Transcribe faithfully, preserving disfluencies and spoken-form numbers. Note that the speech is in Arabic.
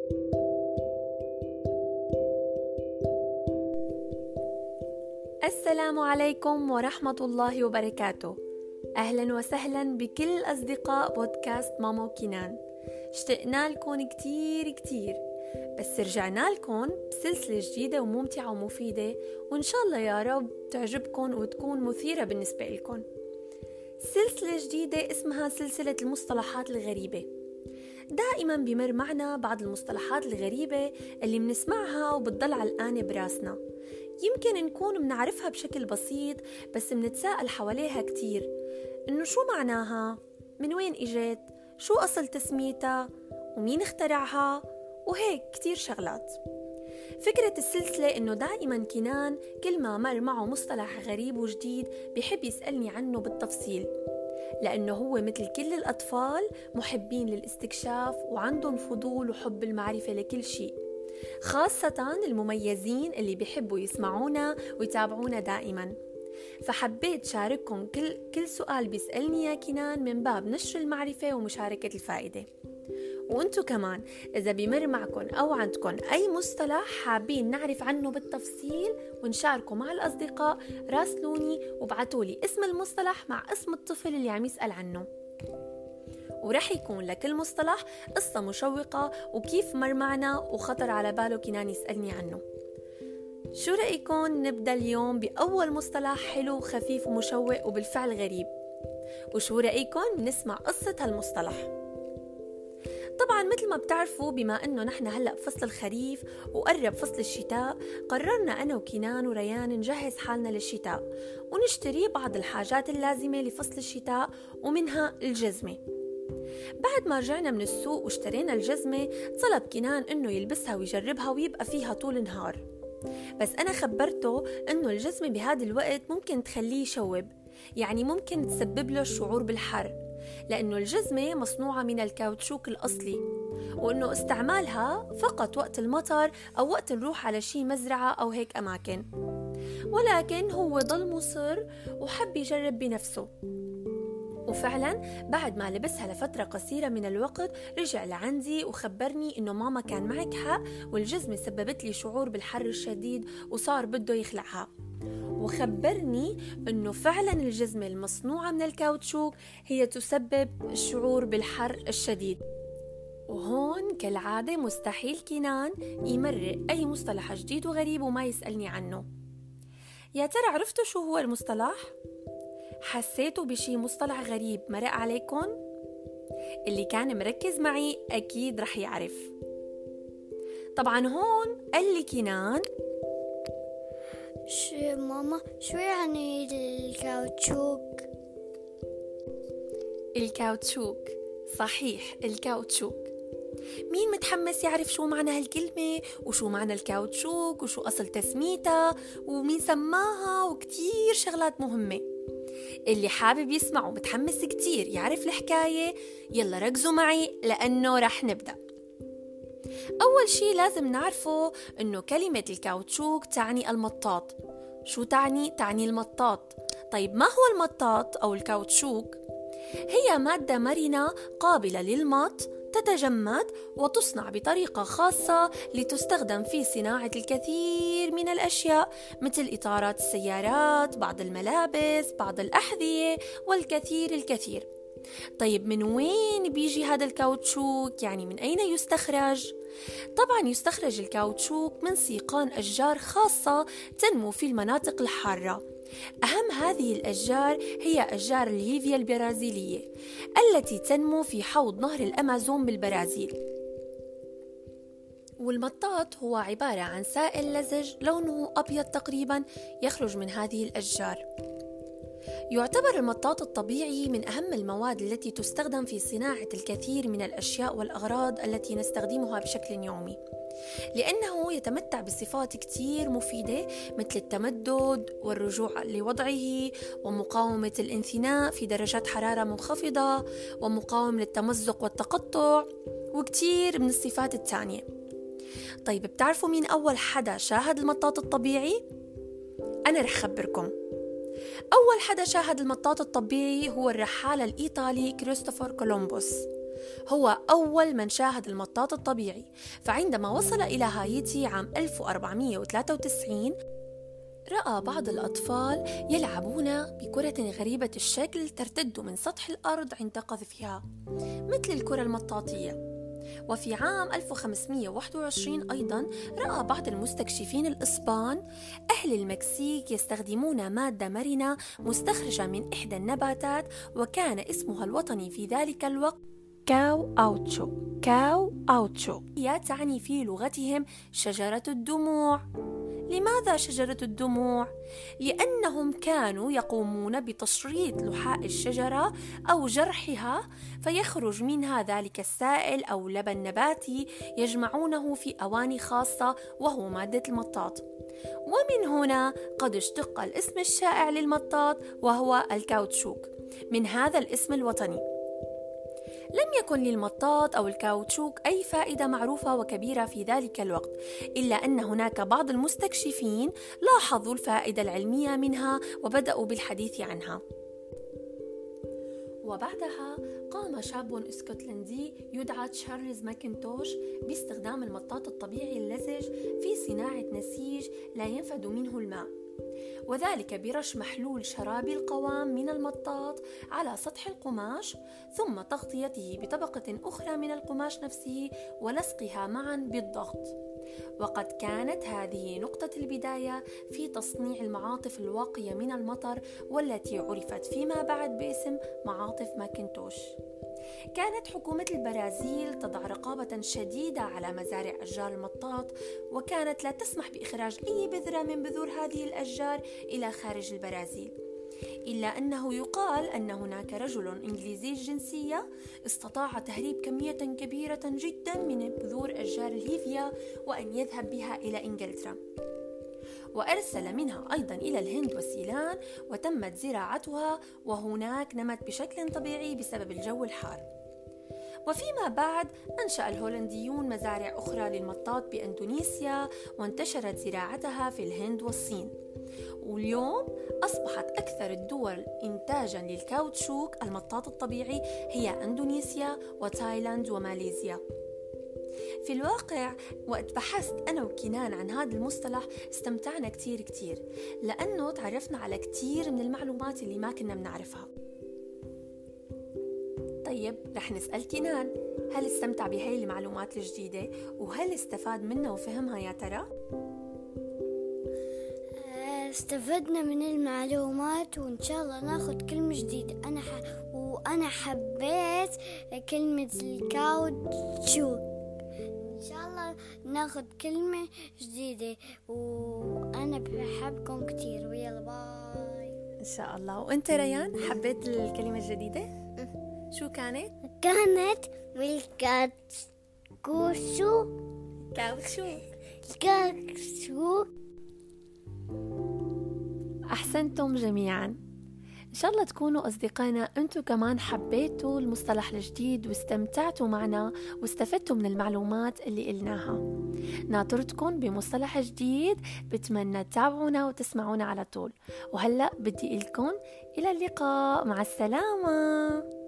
السلام عليكم ورحمة الله وبركاته. أهلا وسهلا بكل أصدقاء بودكاست ماما وكنان. اشتقنا لكم كتير كتير، بس رجعنا لكم بسلسلة جديدة وممتعة ومفيدة، وإن شاء الله يا رب تعجبكم وتكون مثيرة بالنسبة لكم. سلسلة جديدة اسمها سلسلة المصطلحات الغريبة. دائما بمر معنا بعض المصطلحات الغريبة اللي بنسمعها وبتضل علقانة براسنا. يمكن نكون بنعرفها بشكل بسيط، بس بنتساءل حواليها كتير إنه شو معناها؟ من وين إجت؟ شو أصل تسميتها؟ ومين اخترعها؟ وهيك كتير شغلات. فكرة السلسلة إنه دائما كنان كل ما مر معه مصطلح غريب وجديد بيحب يسألني عنه بالتفصيل، لأنه هو مثل كل الأطفال محبين للاستكشاف وعندهم فضول وحب المعرفة لكل شيء، خاصة المميزين اللي بيحبوا يسمعونا ويتابعونا دائما. فحبيت شارككم كل, كل سؤال بيسألني يا كنان من باب نشر المعرفة ومشاركة الفائدة. وانتو كمان إذا بيمر معكم أو عندكم أي مصطلح حابين نعرف عنه بالتفصيل ونشاركه مع الأصدقاء، راسلوني وبعتولي اسم المصطلح مع اسم الطفل اللي عم يسأل عنه، ورح يكون لكل مصطلح قصة مشوقة وكيف مر معنا وخطر على باله كنان يسألني عنه. شو رأيكم نبدأ اليوم بأول مصطلح حلو خفيف ومشوق وبالفعل غريب؟ وشو رأيكم نسمع قصة هالمصطلح؟ طبعا مثل ما بتعرفوا، بما انه نحن هلأ بفصل الخريف وقرب فصل الشتاء، قررنا انا وكنان وريان نجهز حالنا للشتاء ونشتري بعض الحاجات اللازمة لفصل الشتاء، ومنها الجزمة. بعد ما رجعنا من السوق واشترينا الجزمة، طلب كنان انه يلبسها ويجربها ويبقى فيها طول النهار، بس انا خبرته انه الجزمة بهذا الوقت ممكن تخليه يشوب، يعني ممكن تسبب له الشعور بالحر، لأنه الجزمة مصنوعة من الكاوتشوك الأصلي، وأنه استعمالها فقط وقت المطر أو وقت نروح على شي مزرعة أو هيك أماكن. ولكن هو ضل مصر وحب يجرب بنفسه، وفعلا بعد ما لبسها لفترة قصيرة من الوقت رجع لعندي وخبرني إنه ماما كان معك حق، والجزمة سببت لي شعور بالحر الشديد وصار بده يخلعها. وخبرني أنه فعلا الجزمة المصنوعة من الكاوتشوك هي تسبب الشعور بالحر الشديد. وهون كالعادة مستحيل كنان يمرق أي مصطلح جديد وغريب وما يسألني عنه. يا ترى عرفتوا شو هو المصطلح؟ حسيتوا بشي مصطلح غريب مرق عليكم؟ اللي كان مركز معي أكيد رح يعرف. طبعا هون قال لي كنان: شو ماما شو يعني الكاوتشوك؟ الكاوتشوك صحيح، الكاوتشوك. مين متحمس يعرف شو معنى هالكلمة وشو معنى الكاوتشوك وشو أصل تسميتها ومين سماها وكتير شغلات مهمة؟ اللي حابب يسمع ومتحمس كتير يعرف الحكاية، يلا ركزوا معي لأنه رح نبدأ. أول شي لازم نعرفه إنه كلمة الكاوتشوك تعني المطاط. شو تعني؟ تعني المطاط. طيب ما هو المطاط أو الكاوتشوك؟ هي مادة مرنة قابلة للمط، تتجمد وتصنع بطريقة خاصة لتستخدم في صناعة الكثير من الأشياء، مثل إطارات السيارات، بعض الملابس، بعض الأحذية والكثير الكثير. طيب من وين بيجي هذا الكاوتشوك؟ يعني من أين يستخرج؟ طبعا يستخرج الكاوتشوك من سيقان أشجار خاصة تنمو في المناطق الحارة. أهم هذه الأشجار هي أشجار الهيفيا البرازيلية التي تنمو في حوض نهر الأمازون بالبرازيل. والمطاط هو عبارة عن سائل لزج لونه أبيض تقريبا يخرج من هذه الأشجار. يعتبر المطاط الطبيعي من أهم المواد التي تستخدم في صناعة الكثير من الأشياء والأغراض التي نستخدمها بشكل يومي، لأنه يتمتع بصفات كتير مفيدة مثل التمدد والرجوع لوضعه ومقاومة الانثناء في درجات حرارة منخفضة ومقاوم للتمزق والتقطع وكتير من الصفات التانية. طيب بتعرفوا مين أول حدا شاهد المطاط الطبيعي؟ أنا رح خبركم. أول حدا شاهد المطاط الطبيعي هو الرحالة الإيطالي كريستوفر كولومبوس، هو أول من شاهد المطاط الطبيعي، فعندما وصل إلى هايتي عام ألف وأربعمئة وثلاثة وتسعين رأى بعض الأطفال يلعبون بكرة غريبة الشكل ترتد من سطح الأرض عند قذفها مثل الكرة المطاطية. وفي عام ألف وخمسمئة وواحد وعشرين أيضا رأى بعض المستكشفين الإسبان أهل المكسيك يستخدمون مادة مرنة مستخرجة من إحدى النباتات، وكان اسمها الوطني في ذلك الوقت كاو أوتشو. كاو أوتشو هي تعني في لغتهم شجرة الدموع. لماذا شجرة الدموع؟ لأنهم كانوا يقومون بتشريط لحاء الشجرة أو جرحها فيخرج منها ذلك السائل أو لبن نباتي يجمعونه في أواني خاصة وهو مادة المطاط. ومن هنا قد اشتق الاسم الشائع للمطاط وهو الكاوتشوك من هذا الاسم الوطني. لم يكن للمطاط أو الكاوتشوك أي فائدة معروفة وكبيرة في ذلك الوقت، إلا أن هناك بعض المستكشفين لاحظوا الفائدة العلمية منها وبدأوا بالحديث عنها. وبعدها قام شاب اسكتلندي يدعى تشارلز ماكنتوش باستخدام المطاط الطبيعي اللزج في صناعة نسيج لا ينفد منه الماء، وذلك برش محلول شرابي القوام من المطاط على سطح القماش ثم تغطيته بطبقة أخرى من القماش نفسه ولصقها معا بالضغط. وقد كانت هذه نقطة البداية في تصنيع المعاطف الواقية من المطر والتي عرفت فيما بعد باسم معاطف ماكنتوش. كانت حكومة البرازيل تضع رقابة شديدة على مزارع أشجار المطاط، وكانت لا تسمح بإخراج أي بذرة من بذور هذه الأشجار إلى خارج البرازيل، إلا أنه يقال أن هناك رجل إنجليزي الجنسية استطاع تهريب كمية كبيرة جدا من بذور أشجار الهيفيا وأن يذهب بها إلى إنجلترا، وأرسل منها أيضا إلى الهند وسيلان وتمت زراعتها، وهناك نمت بشكل طبيعي بسبب الجو الحار. وفيما بعد أنشأ الهولنديون مزارع أخرى للمطاط بإندونيسيا وانتشرت زراعتها في الهند والصين، واليوم أصبحت أكثر الدول إنتاجا للكاوتشوك المطاط الطبيعي هي إندونيسيا وتايلاند وماليزيا. في الواقع وقت بحثت أنا وكنان عن هذا المصطلح استمتعنا كتير كتير لأنه تعرفنا على كتير من المعلومات اللي ما كنا بنعرفها. طيب رح نسأل كنان، هل استمتع بهاي المعلومات الجديدة وهل استفاد منها وفهمها يا ترى؟ استفدنا من المعلومات وإن شاء الله ناخد كلمة جديدة. أنا ح... وأنا حبيت كلمة الكاوتشوك. إن شاء الله ناخد كلمة جديدة وأنا بحبكم كتير ويلا باي. إن شاء الله. وأنت ريان حبيت الكلمة الجديدة؟ شو كانت؟ كانت بالكاوتشو كاوتشو كاوتشو. أحسنتم جميعا. إن شاء الله تكونوا أصدقائنا أنتوا كمان حبيتوا المصطلح الجديد واستمتعتوا معنا واستفدتوا من المعلومات اللي قلناها. ناطرتكم بمصطلح جديد، بتمنى تتابعونا وتسمعونا على طول. وهلأ بدي لكم إلى اللقاء، مع السلامة.